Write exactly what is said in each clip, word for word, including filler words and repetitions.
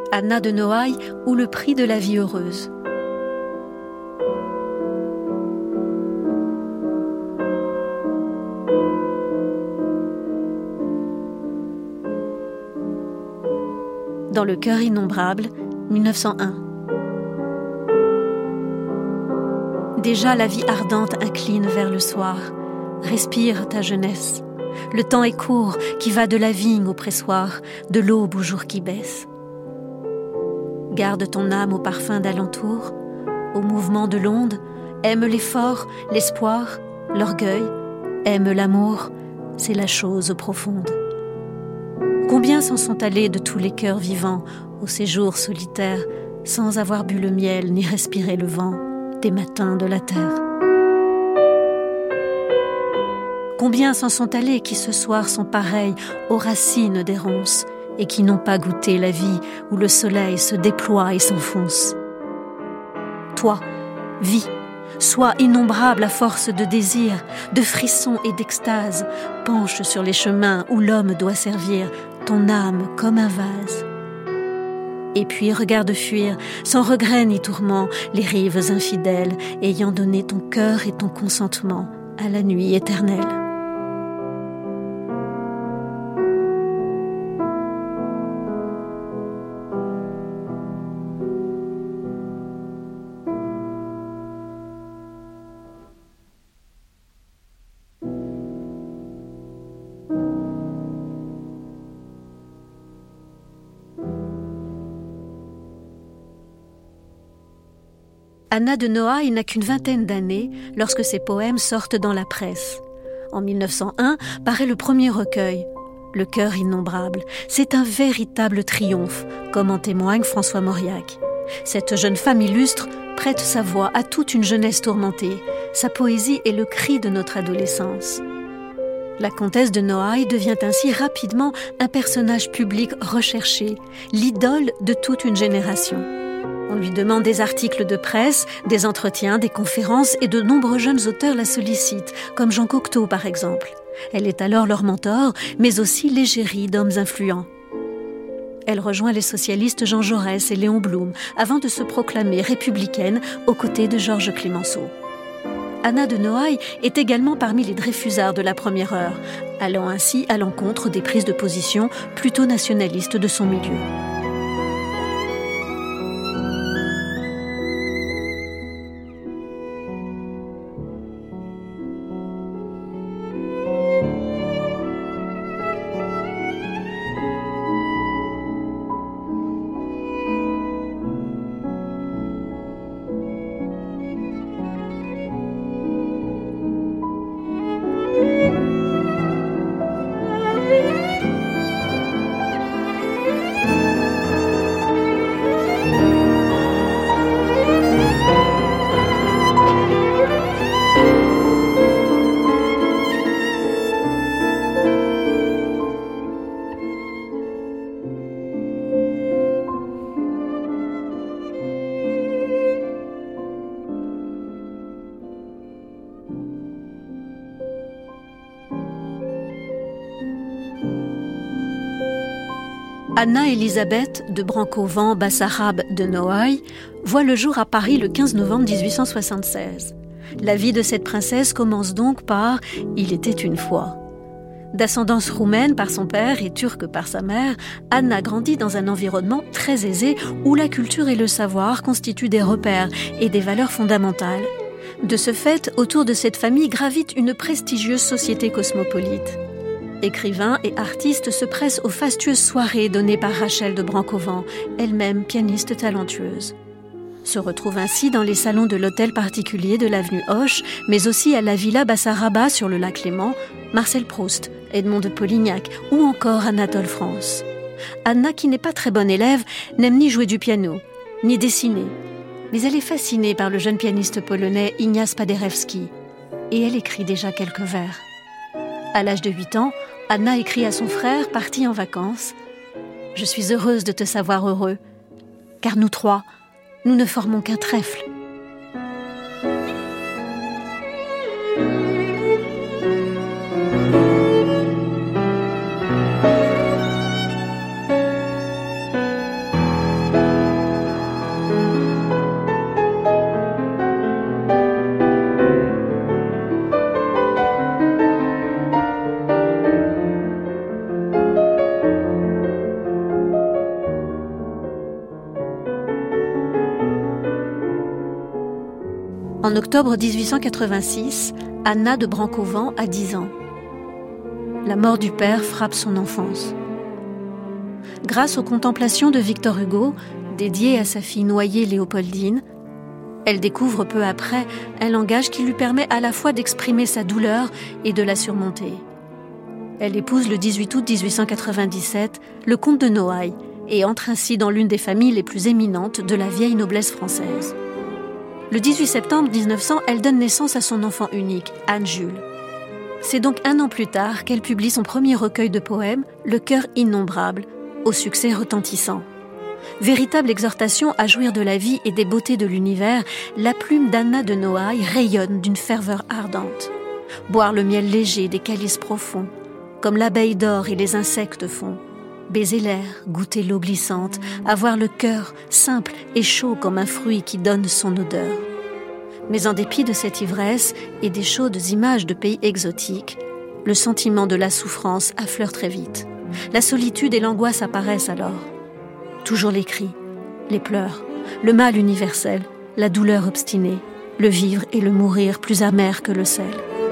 Anna de Noailles ou le prix de la vie heureuse. Dans le cœur innombrable, mille neuf cent un. Déjà la vie ardente incline vers le soir. Respire ta jeunesse. Le temps est court qui va de la vigne au pressoir, de l'aube au jour qui baisse. Garde ton âme au parfum d'alentour, au mouvement de l'onde, aime l'effort, l'espoir, l'orgueil, aime l'amour, c'est la chose profonde. Combien s'en sont allés de tous les cœurs vivants au séjour solitaire, sans avoir bu le miel ni respiré le vent des matins de la terre. Combien s'en sont allés qui ce soir sont pareils aux racines des ronces et qui n'ont pas goûté la vie où le soleil se déploie et s'enfonce. Toi, vis, sois innombrable à force de désir, de frissons et d'extase, penche sur les chemins où l'homme doit servir ton âme comme un vase. Et puis regarde fuir, sans regret ni tourment, les rives infidèles, ayant donné ton cœur et ton consentement à la nuit éternelle. Anna de Noailles n'a qu'une vingtaine d'années lorsque ses poèmes sortent dans la presse. En mille neuf cent un paraît le premier recueil, Le cœur innombrable. C'est un véritable triomphe, comme en témoigne François Mauriac. Cette jeune femme illustre prête sa voix à toute une jeunesse tourmentée. Sa poésie est le cri de notre adolescence. La comtesse de Noailles devient ainsi rapidement un personnage public recherché, l'idole de toute une génération. On lui demande des articles de presse, des entretiens, des conférences et de nombreux jeunes auteurs la sollicitent, comme Jean Cocteau par exemple. Elle est alors leur mentor, mais aussi l'égérie d'hommes influents. Elle rejoint les socialistes Jean Jaurès et Léon Blum avant de se proclamer républicaine aux côtés de Georges Clemenceau. Anna de Noailles est également parmi les Dreyfusards de la première heure, allant ainsi à l'encontre des prises de position plutôt nationalistes de son milieu. Anna-Élisabeth de Brancovand-Bassarab de Noailles voit le jour à Paris le quinze novembre dix-huit cent soixante-seize. La vie de cette princesse commence donc par « Il était une fois ». D'ascendance roumaine par son père et turque par sa mère, Anna grandit dans un environnement très aisé où la culture et le savoir constituent des repères et des valeurs fondamentales. De ce fait, autour de cette famille gravite une prestigieuse société cosmopolite. Écrivains et artistes se pressent aux fastueuses soirées données par Rachel de Brancovand, elle-même pianiste talentueuse. Se retrouve ainsi dans les salons de l'hôtel particulier de l'avenue Hoche, mais aussi à la villa Bassaraba sur le lac Léman, Marcel Proust, Edmond de Polignac ou encore Anatole France. Anna, qui n'est pas très bonne élève, n'aime ni jouer du piano, ni dessiner. Mais elle est fascinée par le jeune pianiste polonais Ignace Paderewski. Et elle écrit déjà quelques vers. À l'âge de huit ans, Anna écrit à son frère, parti en vacances « Je suis heureuse de te savoir heureux, car nous trois, nous ne formons qu'un trèfle. » En octobre dix-huit cent quatre-vingt-six, Anna de Brancovent a dix ans. La mort du père frappe son enfance. Grâce aux contemplations de Victor Hugo, dédiées à sa fille noyée Léopoldine, elle découvre peu après un langage qui lui permet à la fois d'exprimer sa douleur et de la surmonter. Elle épouse le dix-huit août dix-huit cent quatre-vingt-dix-sept le comte de Noailles et entre ainsi dans l'une des familles les plus éminentes de la vieille noblesse française. Le dix-huit septembre mille neuf cents, elle donne naissance à son enfant unique, Anne Jules. C'est donc un an plus tard qu'elle publie son premier recueil de poèmes, Le cœur innombrable, au succès retentissant. Véritable exhortation à jouir de la vie et des beautés de l'univers, la plume d'Anna de Noailles rayonne d'une ferveur ardente. Boire le miel léger des calices profonds, comme l'abeille d'or et les insectes font. Baiser l'air, goûter l'eau glissante, avoir le cœur simple et chaud comme un fruit qui donne son odeur. Mais en dépit de cette ivresse et des chaudes images de pays exotiques, le sentiment de la souffrance affleure très vite. La solitude et l'angoisse apparaissent alors. Toujours les cris, les pleurs, le mal universel, la douleur obstinée, le vivre et le mourir plus amer que le sel.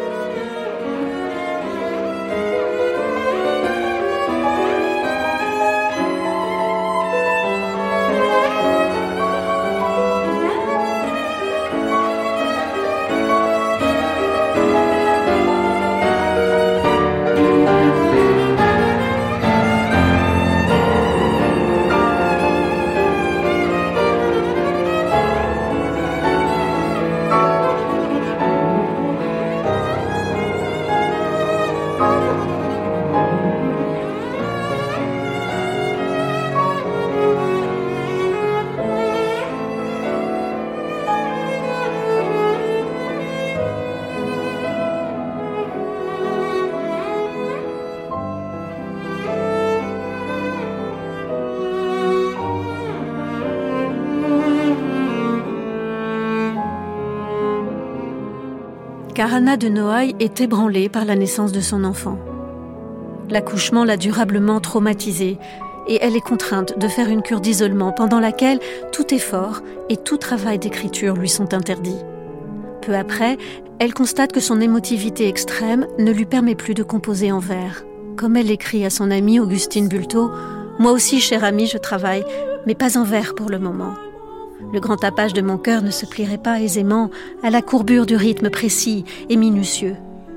Car Anna de Noailles est ébranlée par la naissance de son enfant. L'accouchement l'a durablement traumatisée et elle est contrainte de faire une cure d'isolement pendant laquelle tout effort et tout travail d'écriture lui sont interdits. Peu après, elle constate que son émotivité extrême ne lui permet plus de composer en vers. Comme elle l'écrit à son amie Augustine Bultaux, « Moi aussi, chère amie, je travaille, mais pas en vers pour le moment. Le grand tapage de mon cœur ne se plierait pas aisément à la courbure du rythme précis et minutieux. »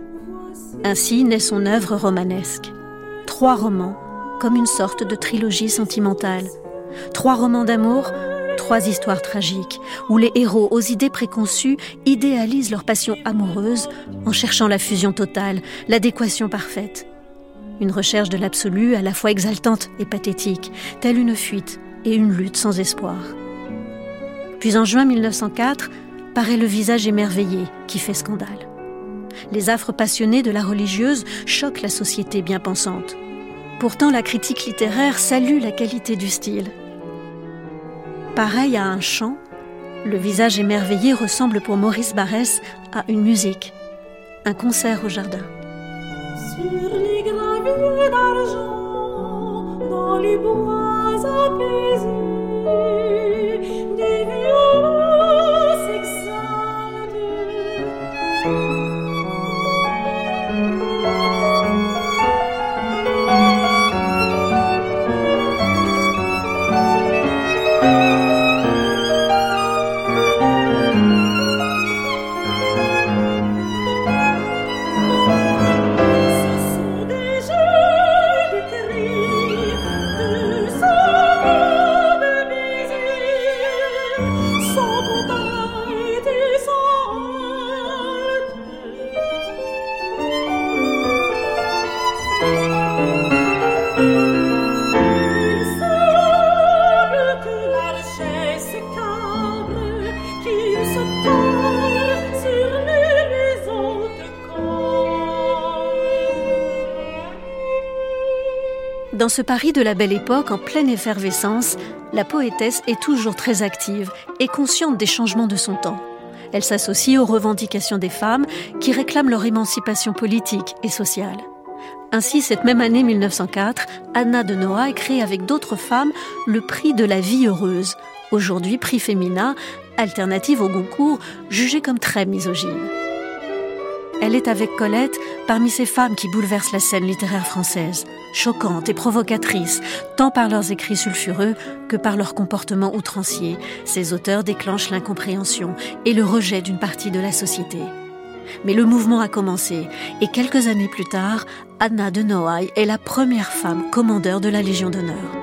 Ainsi naît son œuvre romanesque. Trois romans, comme une sorte de trilogie sentimentale. Trois romans d'amour, trois histoires tragiques, où les héros aux idées préconçues idéalisent leur passion amoureuse en cherchant la fusion totale, l'adéquation parfaite. Une recherche de l'absolu à la fois exaltante et pathétique, telle une fuite et une lutte sans espoir. Puis en juin mille neuf cent quatre, paraît Le visage émerveillé, qui fait scandale. Les affres passionnées de la religieuse choquent la société bien pensante. Pourtant, la critique littéraire salue la qualité du style. Pareil à un chant, Le visage émerveillé ressemble pour Maurice Barrès à une musique, un concert au jardin. Sur les gravures d'argent, dans les bois apaisés, des violons s'exaltent. Dans ce Paris de la Belle Époque, en pleine effervescence, la poétesse est toujours très active et consciente des changements de son temps. Elle s'associe aux revendications des femmes qui réclament leur émancipation politique et sociale. Ainsi, cette même année mille neuf cent quatre, Anna de Noailles crée avec d'autres femmes le prix de la vie heureuse, aujourd'hui prix Femina, alternative au Goncourt, jugée comme très misogyne. Elle est avec Colette parmi ces femmes qui bouleversent la scène littéraire française, choquantes et provocatrices, tant par leurs écrits sulfureux que par leur comportement outrancier. Ces auteurs déclenchent l'incompréhension et le rejet d'une partie de la société. Mais le mouvement a commencé et quelques années plus tard, Anna de Noailles est la première femme commandeur de la Légion d'honneur.